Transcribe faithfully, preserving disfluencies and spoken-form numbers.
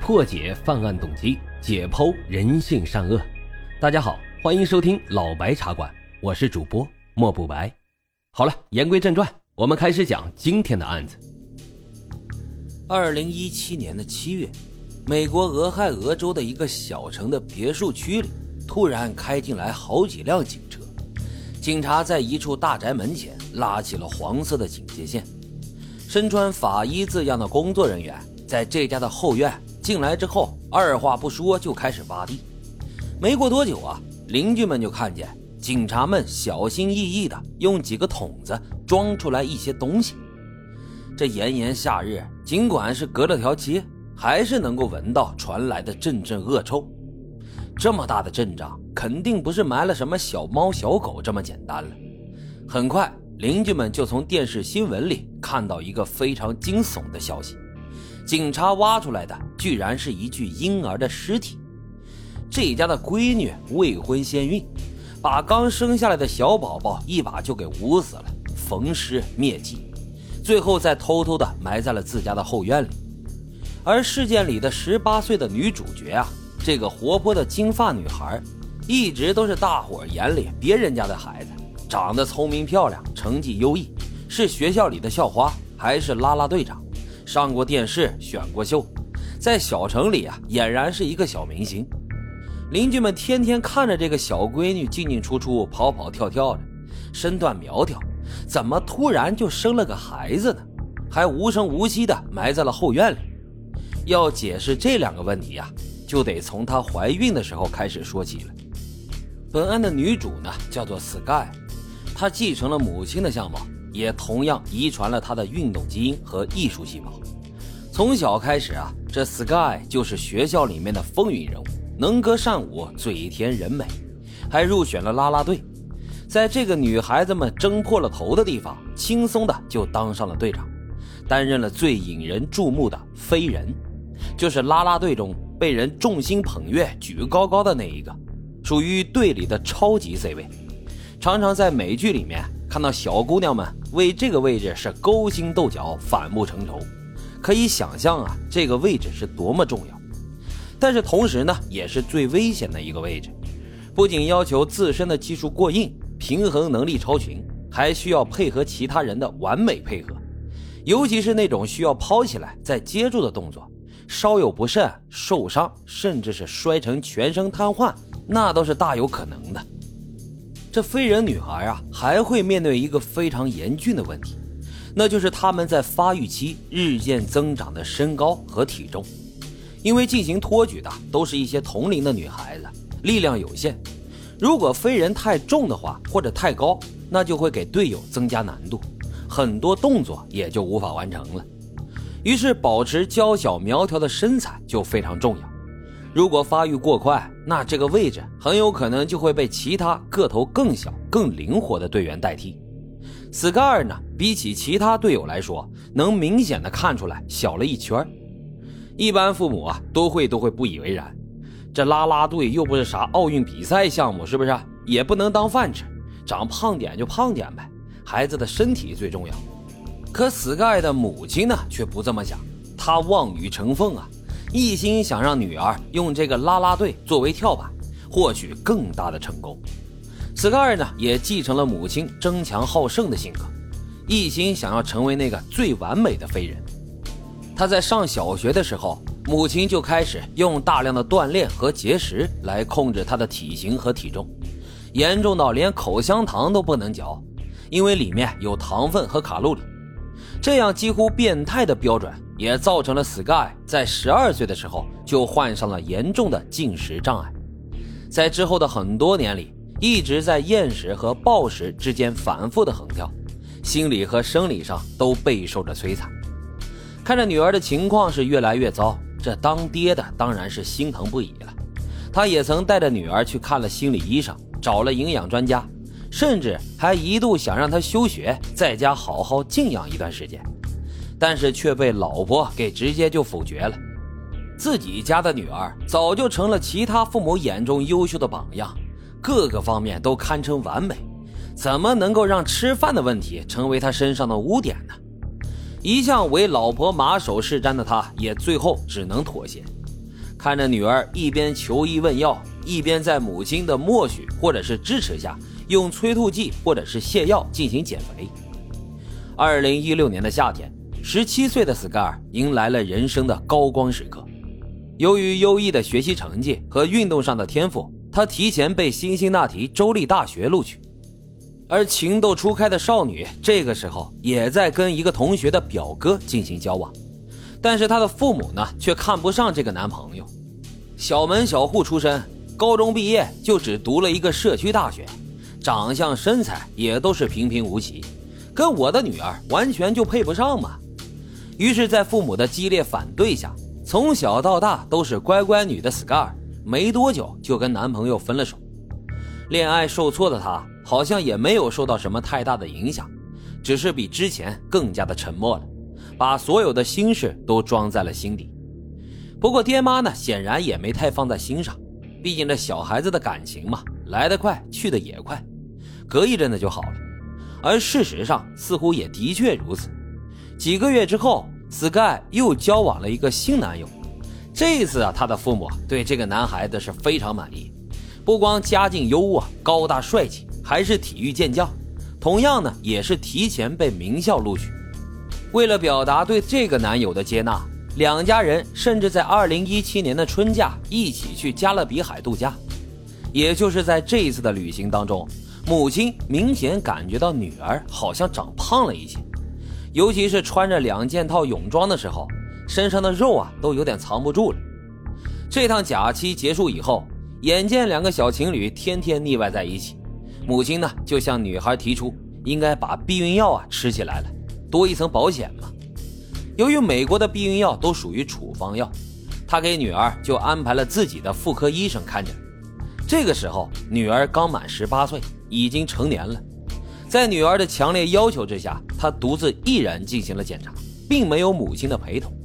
破解犯案动机，解剖人性善恶。大家好，欢迎收听老白茶馆，我是主播莫不白。好了，言归正传，我们开始讲今天的案子。 二零一七年的七月，美国俄亥俄州的一个小城的别墅区里，突然开进来好几辆警车。警察在一处大宅门前拉起了黄色的警戒线。身穿法医字样的工作人员在这家的后院进来之后，二话不说就开始挖地。没过多久啊，邻居们就看见警察们小心翼翼地用几个桶子装出来一些东西。这炎炎夏日，尽管是隔了条街，还是能够闻到传来的阵阵恶臭。这么大的阵仗，肯定不是埋了什么小猫小狗这么简单了。很快，邻居们就从电视新闻里看到一个非常惊悚的消息，警察挖出来的居然是一具婴儿的尸体。这家的闺女未婚先孕，把刚生下来的小宝宝一把就给捂死了，焚尸灭迹，最后再偷偷的埋在了自家的后院里。而事件里的十八岁的女主角啊，这个活泼的金发女孩，一直都是大伙眼里别人家的孩子，长得聪明漂亮，成绩优异，是学校里的校花，还是啦啦队长，上过电视，选过秀，在小城里啊，俨然是一个小明星。邻居们天天看着这个小闺女进进出出，跑跑跳跳的，身段苗条，怎么突然就生了个孩子呢？还无声无息地埋在了后院里。要解释这两个问题啊，就得从她怀孕的时候开始说起了。本案的女主呢，叫做 Sky， 她继承了母亲的相貌，也同样遗传了她的运动基因和艺术细胞。从小开始啊，这 Sky 就是学校里面的风云人物，能歌善舞，嘴甜人美，还入选了啦啦队。在这个女孩子们争破了头的地方，轻松的就当上了队长，担任了最引人注目的飞人，就是啦啦队中被人众星捧月举高高的那一个，属于队里的超级 C 位。常常在美剧里面看到小姑娘们为这个位置是勾心斗角，反目成仇，可以想象啊，这个位置是多么重要。但是同时呢，也是最危险的一个位置，不仅要求自身的技术过硬，平衡能力超群，还需要配合其他人的完美配合。尤其是那种需要抛起来再接住的动作，稍有不慎受伤，甚至是摔成全身瘫痪，那都是大有可能的。这飞人女孩啊，还会面对一个非常严峻的问题，那就是她们在发育期日渐增长的身高和体重。因为进行托举的都是一些同龄的女孩子，力量有限，如果飞人太重的话，或者太高，那就会给队友增加难度，很多动作也就无法完成了。于是保持娇小苗条的身材就非常重要，如果发育过快，那这个位置很有可能就会被其他个头更小更灵活的队员代替。 Sky 呢，比起其他队友来说，能明显的看出来小了一圈。一般父母啊，都会都会不以为然，这啦啦队又不是啥奥运比赛项目，是不是？也不能当饭吃，长胖点就胖点呗，孩子的身体最重要。可 Sky 的母亲呢，却不这么想，她望女成凤啊，一心想让女儿用这个啦啦队作为跳板，获取更大的成功。 Sky 呢，也继承了母亲争强好胜的性格，一心想要成为那个最完美的飞人。他在上小学的时候，母亲就开始用大量的锻炼和节食来控制他的体型和体重，严重到连口香糖都不能嚼，因为里面有糖分和卡路里。这样几乎变态的标准也造成了 Sky 在十二岁的时候就患上了严重的进食障碍，在之后的很多年里，一直在厌食和暴食之间反复的横跳，心理和生理上都备受着摧残。看着女儿的情况是越来越糟，这当爹的当然是心疼不已了。他也曾带着女儿去看了心理医生，找了营养专家，甚至还一度想让她休学，在家好好静养一段时间，但是却被老婆给直接就否决了。自己家的女儿早就成了其他父母眼中优秀的榜样，各个方面都堪称完美，怎么能够让吃饭的问题成为她身上的污点呢？一向为老婆马首是瞻的他，也最后只能妥协。 看着女儿一边求医问药，一边在母亲的默许或者是支持下用催吐剂或者是泻药进行减肥。二零一六年的夏天，十七岁的斯盖尔迎来了人生的高光时刻。由于优异的学习成绩和运动上的天赋，他提前被辛辛那提州立大学录取。而情窦初开的少女这个时候也在跟一个同学的表哥进行交往，但是她的父母呢却看不上这个男朋友。小门小户出身，高中毕业就只读了一个社区大学，长相身材也都是平平无奇，跟我的女儿完全就配不上嘛。于是在父母的激烈反对下，从小到大都是乖乖女的斯盖尔没多久就跟男朋友分了手。恋爱受挫的她好像也没有受到什么太大的影响，只是比之前更加的沉默了，把所有的心事都装在了心底。不过爹妈呢显然也没太放在心上，毕竟这小孩子的感情嘛，来得快去得也快，隔一阵子就好了。而事实上似乎也的确如此。几个月之后，斯盖又交往了一个新男友。这一次啊，他的父母对这个男孩子是非常满意，不光家境优渥、高大帅气，还是体育健将，同样呢也是提前被名校录取。为了表达对这个男友的接纳，两家人甚至在二零一七年的春假一起去加勒比海度假。也就是在这一次的旅行当中，母亲明显感觉到女儿好像长胖了一些，尤其是穿着两件套泳装的时候，身上的肉啊都有点藏不住了。这趟假期结束以后，眼见两个小情侣天天腻歪在一起，母亲呢就向女孩提出应该把避孕药啊吃起来了，多一层保险嘛。由于美国的避孕药都属于处方药，她给女儿就安排了自己的妇科医生看着。这个时候女儿刚满十八岁，已经成年了。在女儿的强烈要求之下，她独自一人进行了检查，并没有母亲的陪同。